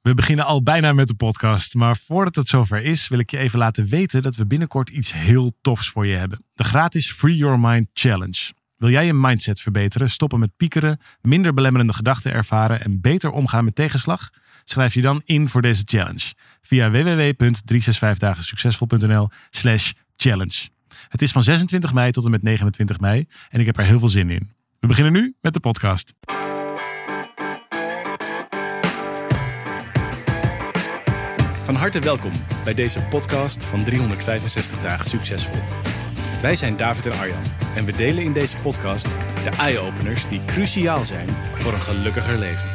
We beginnen al bijna met de podcast, maar voordat het zover is, wil ik je even laten weten dat we binnenkort iets heel tofs voor je hebben. De gratis Free Your Mind Challenge. Wil jij je mindset verbeteren, stoppen met piekeren, minder belemmerende gedachten ervaren en beter omgaan met tegenslag? Schrijf je dan in voor deze challenge via www.365dagensuccesvol.nl/challenge. Het is van 26 mei tot en met 29 mei en ik heb er heel veel zin in. We beginnen nu met de podcast. Van harte welkom bij deze podcast van 365 dagen succesvol. Wij zijn David en Arjan en we delen in deze podcast de eye-openers die cruciaal zijn voor een gelukkiger leven.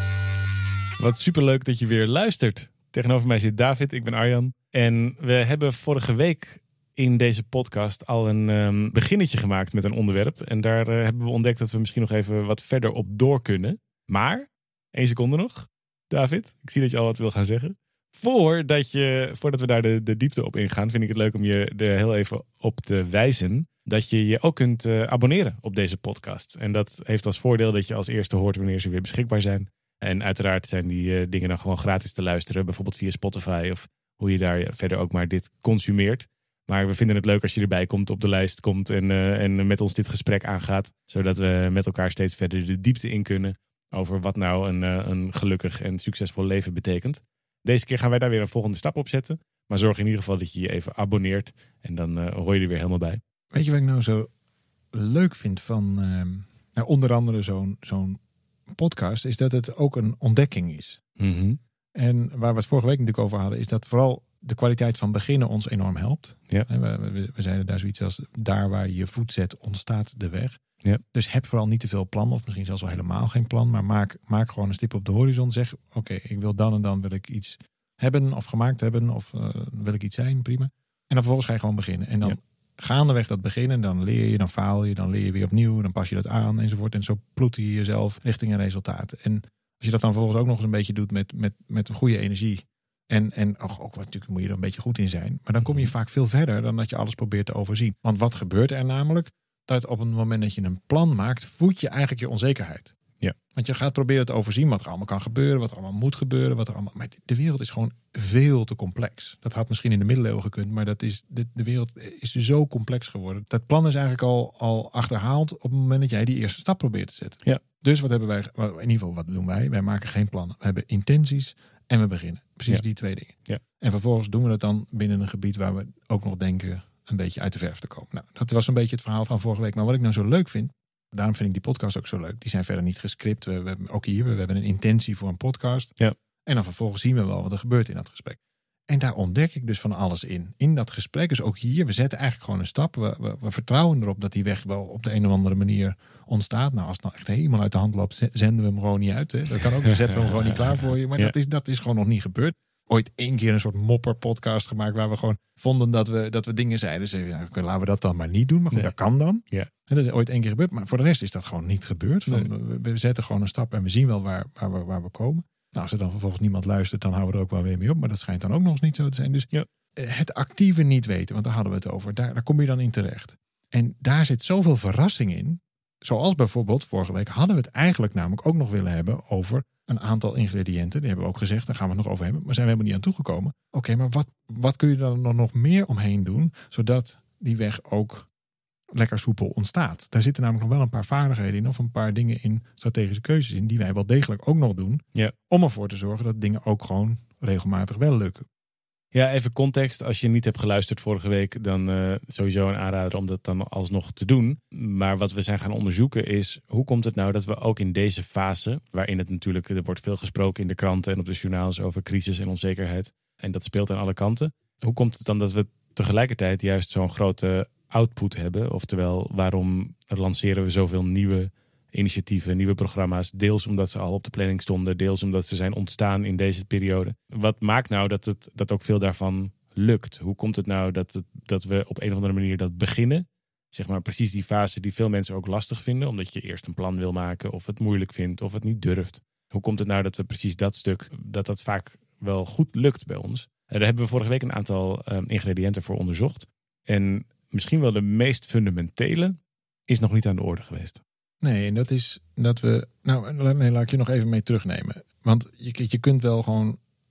Wat superleuk dat je weer luistert. Tegenover mij zit David, ik ben Arjan. En we hebben vorige week in deze podcast al een beginnetje gemaakt met een onderwerp. En daar hebben we ontdekt dat we misschien nog even wat verder op door kunnen. Maar, 1 seconde nog. David, ik zie dat je al wat wil gaan zeggen. Voordat we daar de diepte op ingaan, vind ik het leuk om je er heel even op te wijzen dat je je ook kunt abonneren op deze podcast. En dat heeft als voordeel dat je als eerste hoort wanneer ze weer beschikbaar zijn. En uiteraard zijn die dingen dan gewoon gratis te luisteren, bijvoorbeeld via Spotify of hoe je daar verder ook maar dit consumeert. Maar we vinden het leuk als je erbij komt, op de lijst komt en met ons dit gesprek aangaat, zodat we met elkaar steeds verder de diepte in kunnen over wat nou een gelukkig en succesvol leven betekent. Deze keer gaan wij daar weer een volgende stap op zetten. Maar zorg in ieder geval dat je je even abonneert. En dan hoor je er weer helemaal bij. Weet je wat ik nou zo leuk vind van onder andere zo'n podcast? Is dat het ook een ontdekking is. Mm-hmm. En waar we het vorige week natuurlijk over hadden, is dat vooral de kwaliteit van beginnen ons enorm helpt. Ja. We zeiden daar zoiets als, daar waar je voet zet ontstaat de weg. Ja. Dus heb vooral niet te veel plan, of misschien zelfs wel helemaal geen plan. Maar maak gewoon een stip op de horizon. Zeg, oké, ik wil dan en dan wil ik iets hebben of gemaakt hebben. Of wil ik iets zijn, prima. En dan vervolgens ga je gewoon beginnen. En dan gaandeweg dat beginnen, dan leer je, dan faal je, dan leer je weer opnieuw. Dan pas je dat aan enzovoort. En zo ploeter je jezelf richting een resultaat. En als je dat dan vervolgens ook nog eens een beetje doet met een goede energie. En ook natuurlijk moet je er een beetje goed in zijn. Maar dan kom je vaak veel verder dan dat je alles probeert te overzien. Want wat gebeurt er namelijk? Dat op het moment dat je een plan maakt, voed je eigenlijk je onzekerheid. Ja. Want je gaat proberen te overzien wat er allemaal kan gebeuren, wat er allemaal moet gebeuren. Maar de wereld is gewoon veel te complex. Dat had misschien in de middeleeuwen gekund, maar de wereld is zo complex geworden. Dat plan is eigenlijk al achterhaald op het moment dat jij die eerste stap probeert te zetten. Ja. Dus wat hebben wij, in ieder geval wat doen wij? Wij maken geen plannen. We hebben intenties en we beginnen. Precies die 2 dingen. Ja. En vervolgens doen we dat dan binnen een gebied waar we ook nog denken een beetje uit de verf te komen. Nou, dat was een beetje het verhaal van vorige week. Maar wat ik nou zo leuk vind, daarom vind ik die podcast ook zo leuk. Die zijn verder niet gescript. We hebben een intentie voor een podcast. Ja. En dan vervolgens zien we wel wat er gebeurt in dat gesprek. En daar ontdek ik dus van alles in dat gesprek. Dus ook hier, we zetten eigenlijk gewoon een stap. We vertrouwen erop dat die weg wel op de een of andere manier ontstaat. Nou, als het nou echt helemaal uit de hand loopt, zenden we hem gewoon niet uit. Hè? Dat kan ook, dan zetten we hem gewoon niet klaar voor je. Maar dat is gewoon nog niet gebeurd. Ooit 1 keer een soort mopper-podcast gemaakt waar we gewoon vonden dat we dingen zeiden. Dus laten we dat dan maar niet doen. Maar goed, dat kan dan. Ja. En dat is ooit 1 keer gebeurd. Maar voor de rest is dat gewoon niet gebeurd. We zetten gewoon een stap en we zien wel waar we komen. Nou, als er dan vervolgens niemand luistert, dan houden we er ook wel weer mee op. Maar dat schijnt dan ook nog eens niet zo te zijn. Dus het actieve niet weten, want daar hadden we het over. Daar kom je dan in terecht. En daar zit zoveel verrassing in. Zoals bijvoorbeeld, vorige week hadden we het eigenlijk namelijk ook nog willen hebben over een aantal ingrediënten. Die hebben we ook gezegd, daar gaan we het nog over hebben. Maar zijn we helemaal niet aan toegekomen. Oké, maar wat kun je dan nog meer omheen doen, zodat die weg ook lekker soepel ontstaat? Daar zitten namelijk nog wel een paar vaardigheden in, of een paar dingen in, strategische keuzes in, die wij wel degelijk ook nog doen. Ja. Om ervoor te zorgen dat dingen ook gewoon regelmatig wel lukken. Ja, even context. Als je niet hebt geluisterd vorige week, dan sowieso een aanrader om dat dan alsnog te doen. Maar wat we zijn gaan onderzoeken is, hoe komt het nou dat we ook in deze fase, waarin het natuurlijk, er wordt veel gesproken in de kranten en op de journaals over crisis en onzekerheid. En dat speelt aan alle kanten. Hoe komt het dan dat we tegelijkertijd juist zo'n grote output hebben? Oftewel, waarom lanceren we zoveel nieuwe initiatieven, nieuwe programma's? Deels omdat ze al op de planning stonden, deels omdat ze zijn ontstaan in deze periode. Wat maakt nou dat ook veel daarvan lukt? Hoe komt het nou dat we op een of andere manier dat beginnen? Zeg maar precies die fase die veel mensen ook lastig vinden, omdat je eerst een plan wil maken of het moeilijk vindt of het niet durft. Hoe komt het nou dat we precies dat stuk, dat vaak wel goed lukt bij ons? Daar hebben we vorige week een aantal ingrediënten voor onderzocht. En misschien wel de meest fundamentele is nog niet aan de orde geweest. Nee, en dat is dat we... laat ik je nog even mee terugnemen. Want je kunt wel gewoon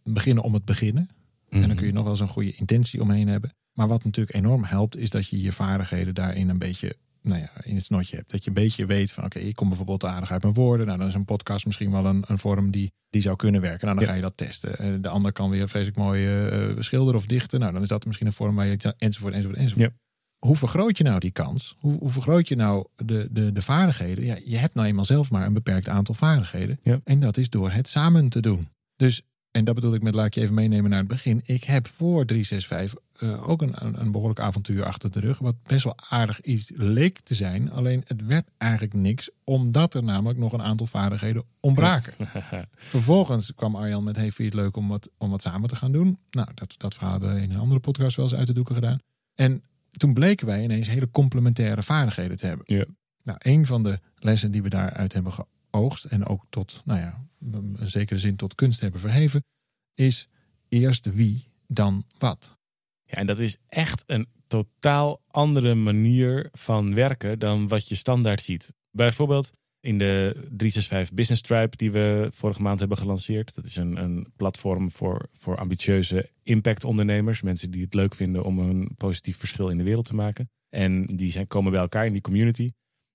beginnen om het beginnen. En dan kun je nog wel zo'n goede intentie omheen hebben. Maar wat natuurlijk enorm helpt, is dat je je vaardigheden daarin een beetje in het snotje hebt. Dat je een beetje weet van, oké, ik kom bijvoorbeeld aardig uit mijn woorden. Nou, dan is een podcast misschien wel een vorm die zou kunnen werken. Nou, dan ga je dat testen. De ander kan weer vreselijk mooi schilderen of dichten. Nou, dan is dat misschien een vorm waar je enzovoort. Ja. Hoe vergroot je nou die kans? Hoe vergroot je nou de vaardigheden? Ja, je hebt nou eenmaal zelf maar een beperkt aantal vaardigheden. Ja. En dat is door het samen te doen. Dus, en dat bedoel ik met, laat ik je even meenemen naar het begin. Ik heb voor 365 ook een behoorlijk avontuur achter de rug. Wat best wel aardig iets leek te zijn. Alleen het werd eigenlijk niks. Omdat er namelijk nog een aantal vaardigheden ontbraken. Vervolgens kwam Arjan met, vind je het leuk om wat samen te gaan doen? Nou, dat verhaal hebben we in een andere podcast wel eens uit de doeken gedaan. En toen bleken wij ineens hele complementaire vaardigheden te hebben. Ja. Nou, een van de lessen die we daaruit hebben geoogst. En ook tot, een zekere zin tot kunst hebben verheven. Is eerst wie, dan wat. Ja, en dat is echt een totaal andere manier van werken dan wat je standaard ziet. Bijvoorbeeld in de 365 Business Tribe die we vorige maand hebben gelanceerd. Dat is een platform voor ambitieuze impactondernemers. Mensen die het leuk vinden om een positief verschil in de wereld te maken. En die komen bij elkaar in die community.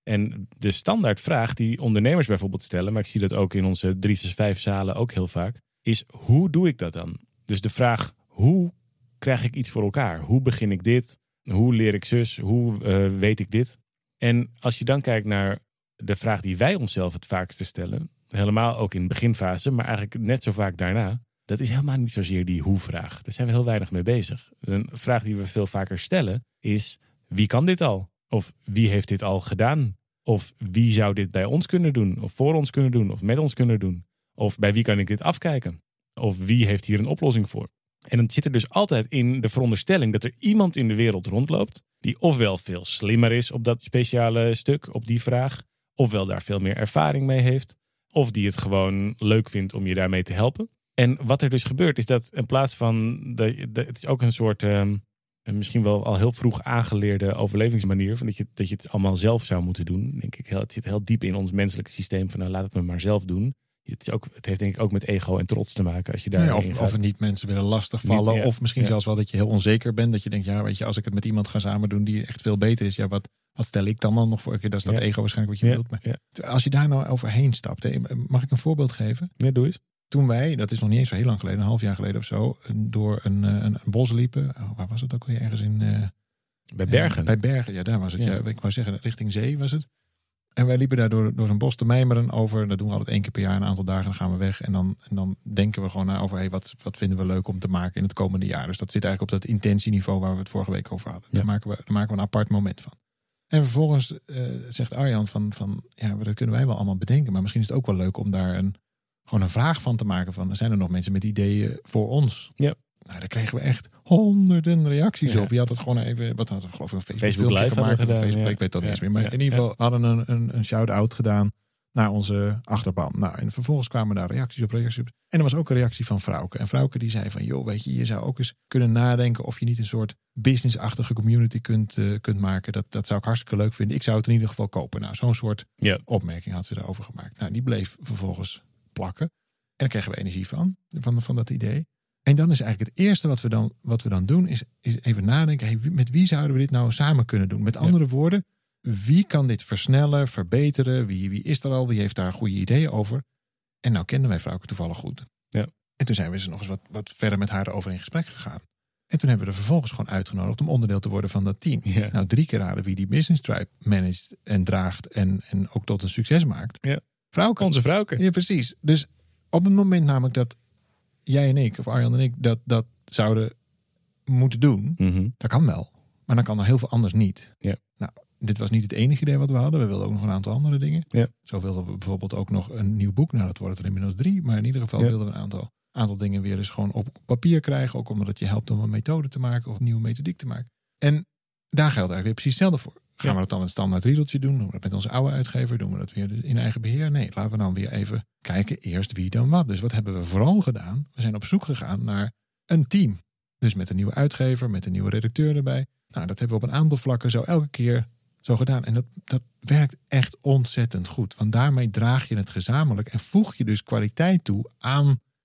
En de standaardvraag die ondernemers bijvoorbeeld stellen, maar ik zie dat ook in onze 365 zalen ook heel vaak, is hoe doe ik dat dan? Dus de vraag, hoe krijg ik iets voor elkaar? Hoe begin ik dit? Hoe leer ik zus? Hoe weet ik dit? En als je dan kijkt naar de vraag die wij onszelf het vaakste stellen, helemaal ook in de beginfase, maar eigenlijk net zo vaak daarna, dat is helemaal niet zozeer die hoe-vraag. Daar zijn we heel weinig mee bezig. Een vraag die we veel vaker stellen is, wie kan dit al? Of wie heeft dit al gedaan? Of wie zou dit bij ons kunnen doen? Of voor ons kunnen doen? Of met ons kunnen doen? Of bij wie kan ik dit afkijken? Of wie heeft hier een oplossing voor? En dan zit er dus altijd in de veronderstelling dat er iemand in de wereld rondloopt die ofwel veel slimmer is op dat speciale stuk, op die vraag, ofwel daar veel meer ervaring mee heeft, of die het gewoon leuk vindt om je daarmee te helpen. En wat er dus gebeurt is dat in plaats van, het is ook een soort, misschien wel al heel vroeg aangeleerde overlevingsmanier, van dat je het allemaal zelf zou moeten doen. Denk ik, het zit heel diep in ons menselijke systeem van laat het me maar zelf doen. Het heeft denk ik ook met ego en trots te maken. Als je daar of het niet mensen willen lastigvallen. Ja, of misschien zelfs wel dat je heel onzeker bent. Dat je denkt, weet je, als ik het met iemand ga samen doen die echt veel beter is. Ja, wat stel ik dan nog voor? Dat is dat ego waarschijnlijk wat je wilt. Maar als je daar nou overheen stapt. Mag ik een voorbeeld geven? Ja, doe eens. Toen wij, dat is nog niet eens zo heel lang geleden, een half jaar geleden of zo, door een bos liepen. Waar was het ook weer? Ergens in... bij Bergen. Bij Bergen, ja, daar was het. Ja. Ik wou zeggen, richting zee was het. En wij liepen daar door zo'n bos te mijmeren over. Dat doen we altijd 1 keer per jaar, een aantal dagen. Dan gaan we weg. En dan denken we gewoon na over wat vinden we leuk om te maken in het komende jaar. Dus dat zit eigenlijk op dat intentieniveau waar we het vorige week over hadden. Ja. Daar maken we een apart moment van. En vervolgens zegt Arjan van dat kunnen wij wel allemaal bedenken. Maar misschien is het ook wel leuk om daar gewoon een vraag van te maken. Van, zijn er nog mensen met ideeën voor ons? Ja. Nou, daar kregen we echt honderden reacties op. Je had het gewoon even, wat had het geloof ik, een Facebook live gemaakt. Gedaan, Facebook, ik weet dat niet eens meer. Maar in ieder geval hadden een shout-out gedaan naar onze achterban. Nou, en vervolgens kwamen daar reacties op. En er was ook een reactie van Frauke. En Frauke die zei van, joh, weet je zou ook eens kunnen nadenken of je niet een soort businessachtige community kunt maken. Dat zou ik hartstikke leuk vinden. Ik zou het in ieder geval kopen. Nou, zo'n soort opmerking had ze daarover gemaakt. Nou, die bleef vervolgens plakken. En daar kregen we energie van dat idee. En dan is eigenlijk het eerste wat we dan doen, is even nadenken, met wie zouden we dit nou samen kunnen doen? Met andere woorden, wie kan dit versnellen, verbeteren? Wie is er al? Wie heeft daar goede ideeën over? En nou kenden wij Frauke toevallig goed. Ja. En toen zijn we dus nog eens wat verder met haar erover in gesprek gegaan. En toen hebben we er vervolgens gewoon uitgenodigd om onderdeel te worden van dat team. Ja. Nou, 3 keer raden wie die Business Tribe managt en draagt en ook tot een succes maakt. Ja. Frauke. Onze Frauke. Ja, precies. Dus op het moment namelijk dat jij en ik, of Arjan en ik, dat zouden moeten doen. Mm-hmm. Dat kan wel. Maar dan kan er heel veel anders niet. Ja. Nou, dit was niet het enige idee wat we hadden. We wilden ook nog een aantal andere dingen. Ja. Zo wilden we bijvoorbeeld ook nog een nieuw boek. Nou, dat wordt er inmiddels 3. Maar in ieder geval wilden we een aantal dingen weer eens gewoon op papier krijgen. Ook omdat het je helpt om een methode te maken of een nieuwe methodiek te maken. En daar geldt eigenlijk weer precies hetzelfde voor. Gaan we dat dan een standaard riedeltje doen? Doen we dat met onze oude uitgever? Doen we dat weer in eigen beheer? Nee, laten we dan weer even kijken eerst wie dan wat. Dus wat hebben we vooral gedaan? We zijn op zoek gegaan naar een team. Dus met een nieuwe uitgever, met een nieuwe redacteur erbij. Nou, dat hebben we op een aantal vlakken zo elke keer zo gedaan. En dat werkt echt ontzettend goed. Want daarmee draag je het gezamenlijk en voeg je dus kwaliteit toe aan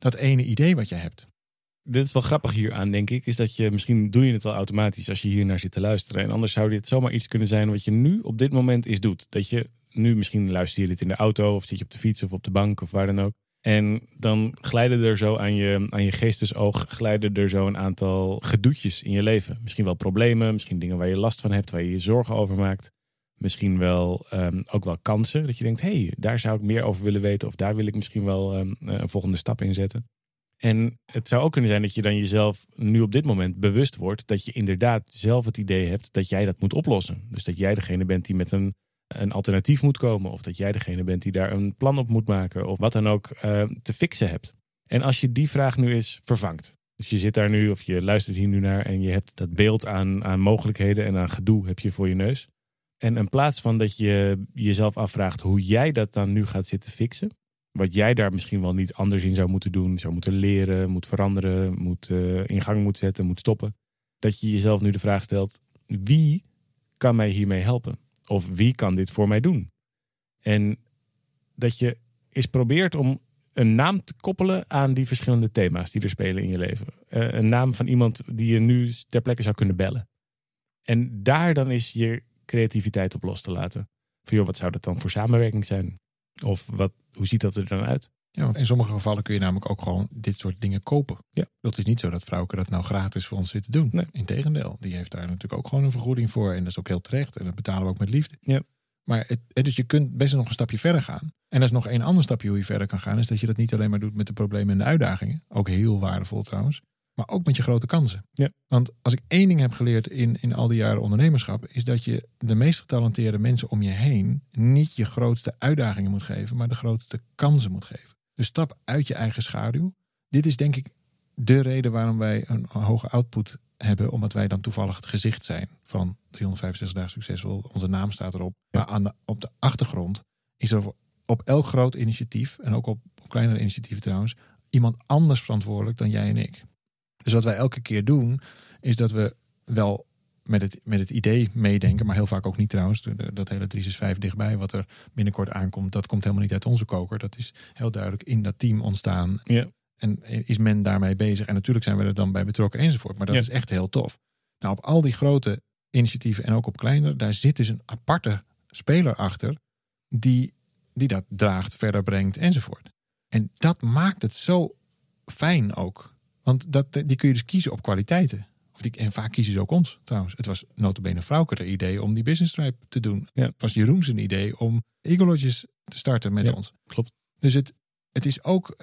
dat ene idee wat je hebt. Dit is wel grappig hieraan, denk ik. Is dat je, misschien doe je het al automatisch als je hier naar zit te luisteren. En anders zou dit zomaar iets kunnen zijn wat je nu op dit moment eens doet. Dat je nu, misschien luister je dit in de auto of zit je op de fiets of op de bank of waar dan ook. En dan glijden er zo aan je geestesoog glijden er zo een aantal gedoetjes in je leven. Misschien wel problemen, misschien dingen waar je last van hebt, waar je je zorgen over maakt. Misschien wel ook wel kansen. Dat je denkt, hey, daar zou ik meer over willen weten. Of daar wil ik misschien wel een volgende stap in zetten. En het zou ook kunnen zijn dat je dan jezelf nu op dit moment bewust wordt dat je inderdaad zelf het idee hebt dat jij dat moet oplossen. Dus dat jij degene bent die met een alternatief moet komen. Of dat jij degene bent die daar een plan op moet maken. Of wat dan ook te fixen hebt. En als je die vraag nu eens vervangt. Dus je zit daar nu of je luistert hier nu naar en je hebt dat beeld aan mogelijkheden en aan gedoe heb je voor je neus. En in plaats van dat je jezelf afvraagt hoe jij dat dan nu gaat zitten fixen. Wat jij daar misschien wel niet anders in zou moeten doen. Zou moeten leren, moet veranderen, in gang moet zetten, moet stoppen. Dat je jezelf nu de vraag stelt, wie kan mij hiermee helpen? Of wie kan dit voor mij doen? En dat je eens probeert om een naam te koppelen aan die verschillende thema's die er spelen in je leven. Een naam van iemand die je nu ter plekke zou kunnen bellen. En daar dan eens je creativiteit op los te laten. Van joh, wat zou dat dan voor samenwerking zijn? Of hoe ziet dat er dan uit? Ja, want in sommige gevallen kun je namelijk ook gewoon dit soort dingen kopen. Ja. Dat is niet zo dat Frauke dat nou gratis voor ons zit te doen. Nee. Integendeel, die heeft daar natuurlijk ook gewoon een vergoeding voor. En dat is ook heel terecht. En dat betalen we ook met liefde. Ja. Maar dus je kunt best nog een stapje verder gaan. En er is nog één ander stapje hoe je verder kan gaan. Is dat je dat niet alleen maar doet met de problemen en de uitdagingen. Ook heel waardevol trouwens. Maar ook met je grote kansen. Ja. Want als ik één ding heb geleerd in al die jaren ondernemerschap. Is dat je de meest getalenteerde mensen om je heen niet je grootste uitdagingen moet geven. Maar de grootste kansen moet geven. Dus stap uit je eigen schaduw. Dit is denk ik de reden waarom wij een hoge output hebben. Omdat wij dan toevallig het gezicht zijn van 365 dagen succesvol. Onze naam staat erop. Maar op de achtergrond is er op elk groot initiatief. En ook op kleinere initiatieven trouwens. Iemand anders verantwoordelijk dan jij en ik. Dus wat wij elke keer doen, is dat we wel met het idee meedenken, maar heel vaak ook niet trouwens. Dat hele 365 dichtbij, wat er binnenkort aankomt, dat komt helemaal niet uit onze koker. Dat is heel duidelijk in dat team ontstaan. Ja. En is men daarmee bezig. En natuurlijk zijn we er dan bij betrokken enzovoort. Maar dat is echt heel tof. Nou, op al die grote initiatieven en ook op kleinere, daar zit dus een aparte speler achter die dat draagt, verder brengt enzovoort. En dat maakt het zo fijn ook. Want die kun je dus kiezen op kwaliteiten. En vaak kiezen ze ook ons trouwens. Het was nota bene Frauke idee om die business tribe te doen. Ja. Het was Jeroen zijn idee om Eagle Lodges te starten met ons. Klopt. Dus het is ook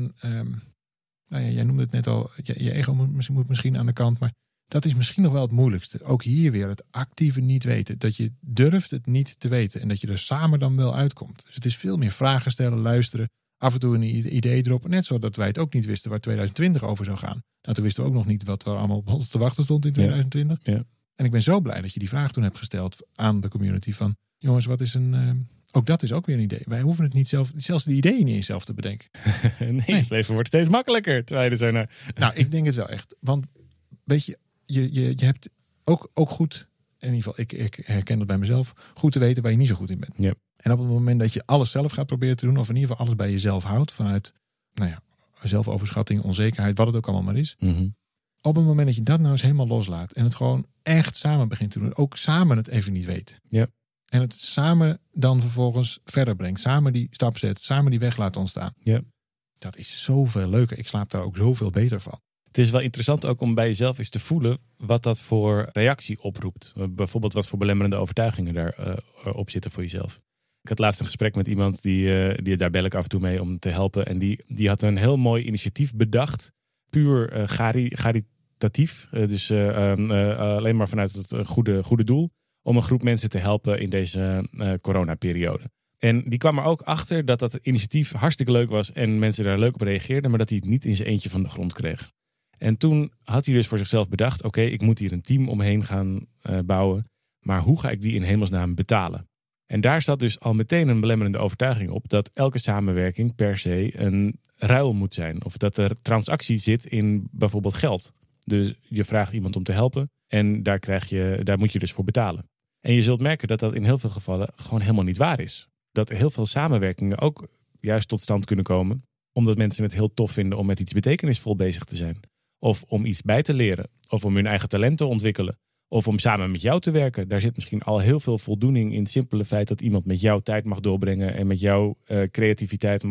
jij noemde het net al, je ego moet misschien aan de kant. Maar dat is misschien nog wel het moeilijkste. Ook hier weer het actieve niet weten. Dat je durft het niet te weten. En dat je er samen dan wel uitkomt. Dus het is veel meer vragen stellen, luisteren. Af en toe een idee droppen. Net zodat wij het ook niet wisten waar 2020 over zou gaan. Nou, toen wisten we ook nog niet wat er allemaal op ons te wachten stond in 2020. Ja. En ik ben zo blij dat je die vraag toen hebt gesteld aan de community van... Jongens, wat is ook dat is ook weer een idee. Wij hoeven het niet zelfs de ideeën niet eens zelf te bedenken. nee, het leven wordt steeds makkelijker. Terwijl je er zo naar... Nou, ik denk het wel echt. Want weet je hebt ook goed... In ieder geval, ik herken dat bij mezelf. Goed te weten waar je niet zo goed in bent. Ja. En op het moment dat je alles zelf gaat proberen te doen... of in ieder geval alles bij jezelf houdt... vanuit zelfoverschatting, onzekerheid... wat het ook allemaal maar is. Mm-hmm. Op het moment dat je dat nou eens helemaal loslaat... en het gewoon echt samen begint te doen... ook samen het even niet weet. Ja. En het samen dan vervolgens verder brengt. Samen die stap zet. Samen die weg laat ontstaan. Ja. Dat is zoveel leuker. Ik slaap daar ook zoveel beter van. Het is wel interessant ook om bij jezelf eens te voelen wat dat voor reactie oproept. Bijvoorbeeld wat voor belemmerende overtuigingen daarop zitten voor jezelf. Ik had laatst een gesprek met iemand, die daar bel ik af en toe mee om te helpen. En die had een heel mooi initiatief bedacht. Puur caritatief. Dus alleen maar vanuit het goede doel. Om een groep mensen te helpen in deze coronaperiode. En die kwam er ook achter dat dat initiatief hartstikke leuk was. En mensen daar leuk op reageerden. Maar dat hij het niet in zijn eentje van de grond kreeg. En toen had hij dus voor zichzelf bedacht... oké, ik moet hier een team omheen gaan bouwen. Maar hoe ga ik die in hemelsnaam betalen? En daar zat dus al meteen een belemmerende overtuiging op... dat elke samenwerking per se een ruil moet zijn. Of dat er transactie zit in bijvoorbeeld geld. Dus je vraagt iemand om te helpen... en daar moet je dus voor betalen. En je zult merken dat dat in heel veel gevallen gewoon helemaal niet waar is. Dat heel veel samenwerkingen ook juist tot stand kunnen komen... omdat mensen het heel tof vinden om met iets betekenisvol bezig te zijn. Of om iets bij te leren. Of om hun eigen talent te ontwikkelen. Of om samen met jou te werken. Daar zit misschien al heel veel voldoening in het simpele feit dat iemand met jou tijd mag doorbrengen. En met jouw creativiteit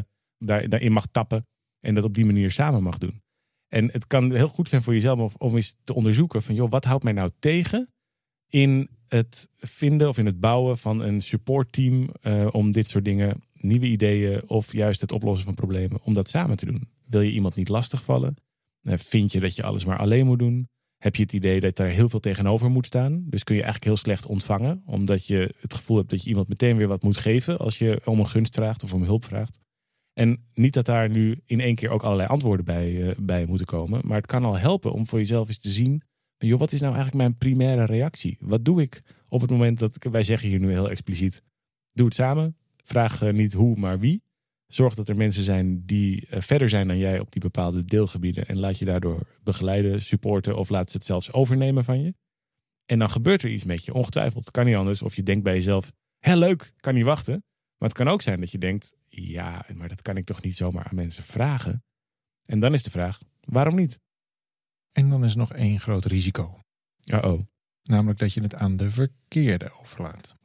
daarin mag tappen. En dat op die manier samen mag doen. En het kan heel goed zijn voor jezelf om eens te onderzoeken van, joh, wat houdt mij nou tegen in het vinden of in het bouwen van een supportteam om dit soort dingen, nieuwe ideeën of juist het oplossen van problemen, om dat samen te doen. Wil je iemand niet lastigvallen? Vind je dat je alles maar alleen moet doen? Heb je het idee dat daar heel veel tegenover moet staan? Dus kun je eigenlijk heel slecht ontvangen, omdat je het gevoel hebt dat je iemand meteen weer wat moet geven als je om een gunst vraagt of om hulp vraagt. En niet dat daar nu in één keer ook allerlei antwoorden bij moeten komen. Maar het kan al helpen om voor jezelf eens te zien, joh, wat is nou eigenlijk mijn primaire reactie? Wat doe ik op het moment dat, wij zeggen hier nu heel expliciet, doe het samen. Vraag niet hoe, maar wie. Zorg dat er mensen zijn die verder zijn dan jij op die bepaalde deelgebieden. En laat je daardoor begeleiden, supporten of laat ze het zelfs overnemen van je. En dan gebeurt er iets met je, ongetwijfeld. Kan niet anders. Of je denkt bij jezelf, heel leuk, kan niet wachten. Maar het kan ook zijn dat je denkt, ja, maar dat kan ik toch niet zomaar aan mensen vragen. En dan is de vraag, waarom niet? En dan is er nog één groot risico. Uh-oh. Namelijk dat je het aan de verkeerde overlaat.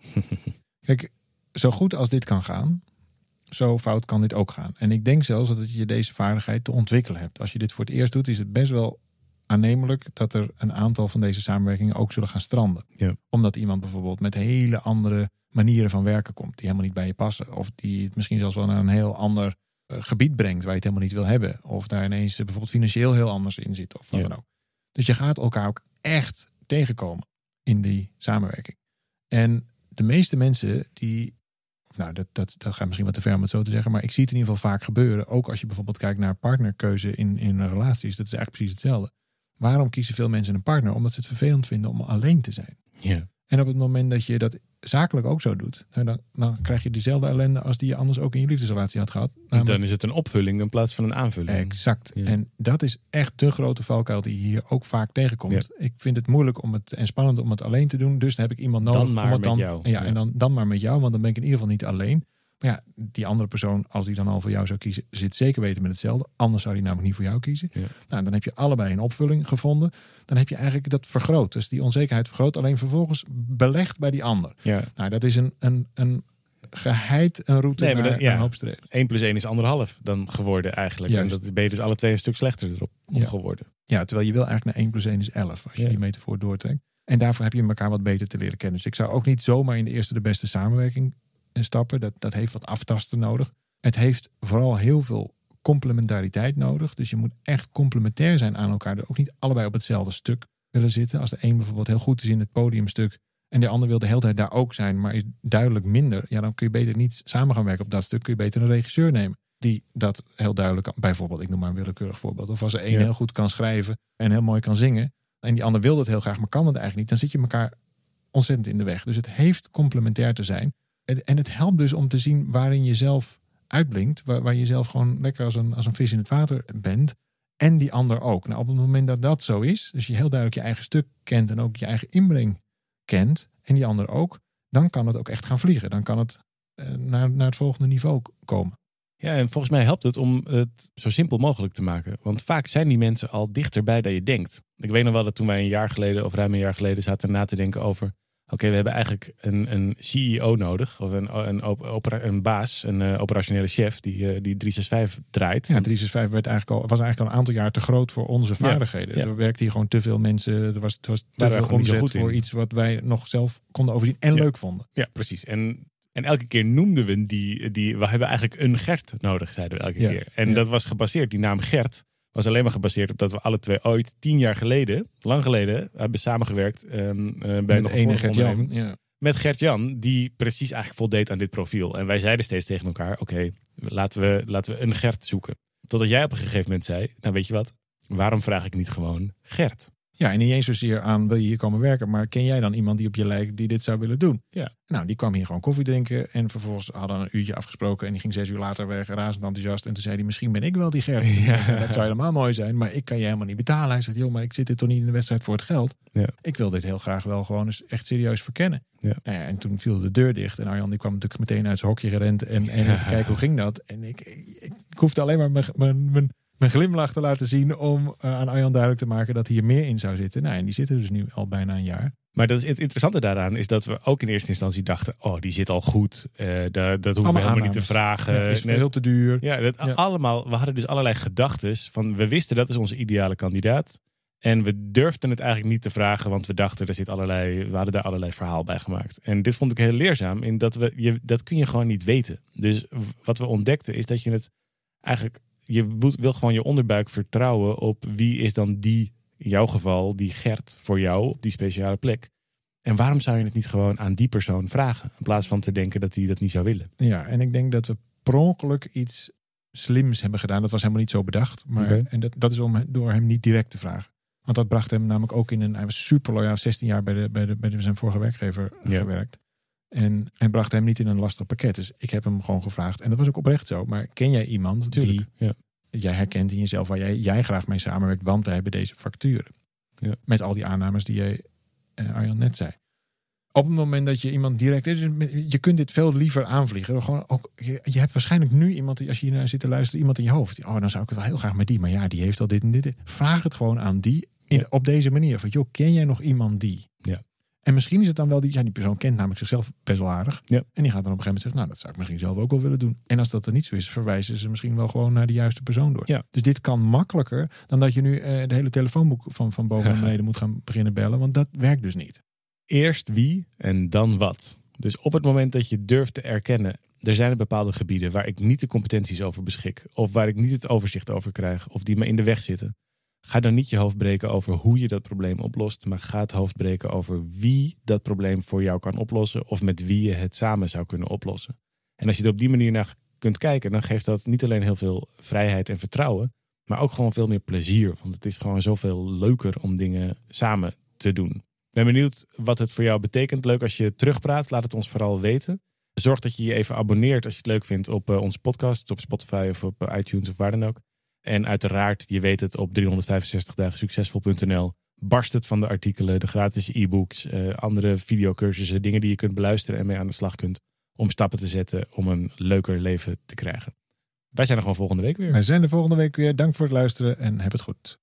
Kijk, zo goed als dit kan gaan, zo fout kan dit ook gaan. En ik denk zelfs dat je deze vaardigheid te ontwikkelen hebt. Als je dit voor het eerst doet, is het best wel aannemelijk dat er een aantal van deze samenwerkingen ook zullen gaan stranden. Ja. Omdat iemand bijvoorbeeld met hele andere manieren van werken komt, die helemaal niet bij je passen. Of die het misschien zelfs wel naar een heel ander gebied brengt waar je het helemaal niet wil hebben. Of daar ineens bijvoorbeeld financieel heel anders in zit. Of wat dan ook. Dus je gaat elkaar ook echt tegenkomen in die samenwerking. En de meeste mensen die, nou dat gaat misschien wat te ver om het zo te zeggen, maar ik zie het in ieder geval vaak gebeuren. Ook als je bijvoorbeeld kijkt naar partnerkeuze in relaties. Dat is eigenlijk precies hetzelfde. Waarom kiezen veel mensen een partner? Omdat ze het vervelend vinden om alleen te zijn. Ja. En op het moment dat je dat zakelijk ook zo doet, dan krijg je dezelfde ellende als die je anders ook in je liefdesrelatie had gehad. Namelijk, dan is het een opvulling in plaats van een aanvulling. Exact. Ja. En dat is echt de grote valkuil die hier ook vaak tegenkomt. Ja. Ik vind het moeilijk en spannend om het alleen te doen. Dus dan heb ik iemand nodig. Dan maar met jou. Ja, en dan maar met jou, want dan ben ik in ieder geval niet alleen. Maar ja, die andere persoon, als die dan al voor jou zou kiezen, zit zeker weten met hetzelfde. Anders zou die namelijk niet voor jou kiezen. Ja. Nou, dan heb je allebei een opvulling gevonden. Dan heb je eigenlijk dat vergroot. Dus die onzekerheid vergroot, alleen vervolgens belegd bij die ander. Ja. Nou, dat is een geheid een route naar een hoop streden. 1 + 1 is 1,5 dan geworden eigenlijk. Juist. En dat ben je dus alle twee een stuk slechter erop geworden. Ja, terwijl je wil eigenlijk naar 1 + 1 is 11. Als je die metafoor doortrekt. En daarvoor heb je elkaar wat beter te leren kennen. Dus ik zou ook niet zomaar in de eerste de beste samenwerking stappen. Dat heeft wat aftasten nodig. Het heeft vooral heel veel complementariteit nodig. Dus je moet echt complementair zijn aan elkaar. Er ook niet allebei op hetzelfde stuk willen zitten. Als de een bijvoorbeeld heel goed is in het podiumstuk en de ander wil de hele tijd daar ook zijn, maar is duidelijk minder. Ja, dan kun je beter niet samen gaan werken op dat stuk. Kun je beter een regisseur nemen die dat heel duidelijk kan. Bijvoorbeeld, ik noem maar een willekeurig voorbeeld. Of als er één heel goed kan schrijven en heel mooi kan zingen en die ander wil dat heel graag, maar kan het eigenlijk niet. Dan zit je elkaar ontzettend in de weg. Dus het heeft complementair te zijn. En het helpt dus om te zien waarin je zelf uitblinkt. Waar je zelf gewoon lekker als een vis in het water bent. En die ander ook. Nou, op het moment dat dat zo is, dus je heel duidelijk je eigen stuk kent en ook je eigen inbreng kent, en die ander ook, dan kan het ook echt gaan vliegen. Dan kan het naar het volgende niveau komen. Ja, en volgens mij helpt het om het zo simpel mogelijk te maken. Want vaak zijn die mensen al dichterbij dan je denkt. Ik weet nog wel dat toen wij ruim een jaar geleden zaten na te denken over, oké, we hebben eigenlijk een CEO nodig. Of een baas, een operationele chef die 365 draait. Ja, 365 was eigenlijk al een aantal jaar te groot voor onze vaardigheden. Ja. Er werkten hier gewoon te veel mensen. Er was te veel omzet voor iets wat wij nog zelf konden overzien en leuk vonden. Ja, precies. En elke keer noemden we we hebben eigenlijk een Gert nodig, zeiden we elke keer. En dat was gebaseerd, die naam Gert was alleen maar gebaseerd op dat we alle twee ooit 10 jaar geleden, lang geleden, hebben samengewerkt bij nog een Gert-Jan. Ja. Met Gert-Jan, die precies eigenlijk voldeed aan dit profiel. En wij zeiden steeds tegen elkaar, oké, laten we een Gert zoeken. Totdat jij op een gegeven moment zei, nou weet je wat, waarom vraag ik niet gewoon Gert? Ja, en niet eens zozeer aan wil je hier komen werken, maar ken jij dan iemand die op je lijkt die dit zou willen doen? Ja. Nou, die kwam hier gewoon koffie drinken en vervolgens hadden een uurtje afgesproken en die ging 6 uur later weg, razend enthousiast. En toen zei hij, misschien ben ik wel die Gert. Ja. Dat zou helemaal mooi zijn, maar ik kan je helemaal niet betalen. Hij zegt, joh, maar ik zit dit toch niet in de wedstrijd voor het geld. Ja. Ik wil dit heel graag wel gewoon eens echt serieus verkennen. Ja. Nou ja, en toen viel de deur dicht en Arjan die kwam natuurlijk meteen uit zijn hokje gerend en even kijken hoe ging dat. En ik hoefde alleen maar mijn glimlach te laten zien om aan Arjan duidelijk te maken dat hier meer in zou zitten. Nou, en die zitten dus nu al bijna een jaar. Maar dat is het interessante daaraan is dat we ook in eerste instantie dachten, die zit al goed. Dat hoeven we helemaal niet te vragen. Ja, is veel te duur. Ja, allemaal. We hadden dus allerlei gedachtes van, we wisten dat is onze ideale kandidaat. En we durfden het eigenlijk niet te vragen, want we dachten, we hadden daar allerlei verhaal bij gemaakt. En dit vond ik heel leerzaam, in dat dat kun je gewoon niet weten. Dus wat we ontdekten is dat je het eigenlijk, je wil gewoon je onderbuik vertrouwen op wie is dan die, in jouw geval, die Gert voor jou op die speciale plek. En waarom zou je het niet gewoon aan die persoon vragen, in plaats van te denken dat hij dat niet zou willen? Ja, en ik denk dat we per ongeluk iets slims hebben gedaan. Dat was helemaal niet zo bedacht. Maar, Okay. En dat is door hem niet direct te vragen. Want dat bracht hem namelijk ook hij was super loyaal, 16 jaar bij zijn vorige werkgever gewerkt. En hij bracht hem niet in een lastig pakket. Dus ik heb hem gewoon gevraagd. En dat was ook oprecht zo. Maar ken jij iemand die jij herkent in jezelf, waar jij graag mee samenwerkt? Want we hebben deze facturen. Ja. Met al die aannames die jij, Arjan, net zei. Op het moment dat je iemand direct... Je kunt dit veel liever aanvliegen. Gewoon ook, je hebt waarschijnlijk nu iemand, als je hier naar zit te luisteren, iemand in je hoofd. Dan zou ik het wel heel graag met die. Maar ja, die heeft al dit en dit. Vraag het gewoon aan die op deze manier. Van, joh, ken jij nog iemand die? Ja. En misschien is het dan wel die persoon kent namelijk zichzelf best wel aardig. Ja. En die gaat dan op een gegeven moment zeggen, nou, dat zou ik misschien zelf ook wel willen doen. En als dat er niet zo is, verwijzen ze misschien wel gewoon naar de juiste persoon door. Ja. Dus dit kan makkelijker dan dat je nu de hele telefoonboek van boven naar beneden moet gaan beginnen bellen. Want dat werkt dus niet. Eerst wie en dan wat. Dus op het moment dat je durft te erkennen, er zijn bepaalde gebieden waar ik niet de competenties over beschik, of waar ik niet het overzicht over krijg, of die me in de weg zitten. Ga dan niet je hoofd breken over hoe je dat probleem oplost, maar ga het hoofd breken over wie dat probleem voor jou kan oplossen, of met wie je het samen zou kunnen oplossen. En als je er op die manier naar kunt kijken, dan geeft dat niet alleen heel veel vrijheid en vertrouwen, maar ook gewoon veel meer plezier. Want het is gewoon zoveel leuker om dingen samen te doen. Ik ben benieuwd wat het voor jou betekent. Leuk als je terugpraat. Laat het ons vooral weten. Zorg dat je je even abonneert als je het leuk vindt op onze podcast. Op Spotify of op iTunes of waar dan ook. En uiteraard, je weet het, op 365dagensuccesvol.nl barst het van de artikelen, de gratis e-books, andere videocursussen, dingen die je kunt beluisteren en mee aan de slag kunt om stappen te zetten om een leuker leven te krijgen. Wij zijn er gewoon volgende week weer. Wij zijn er volgende week weer. Dank voor het luisteren en heb het goed.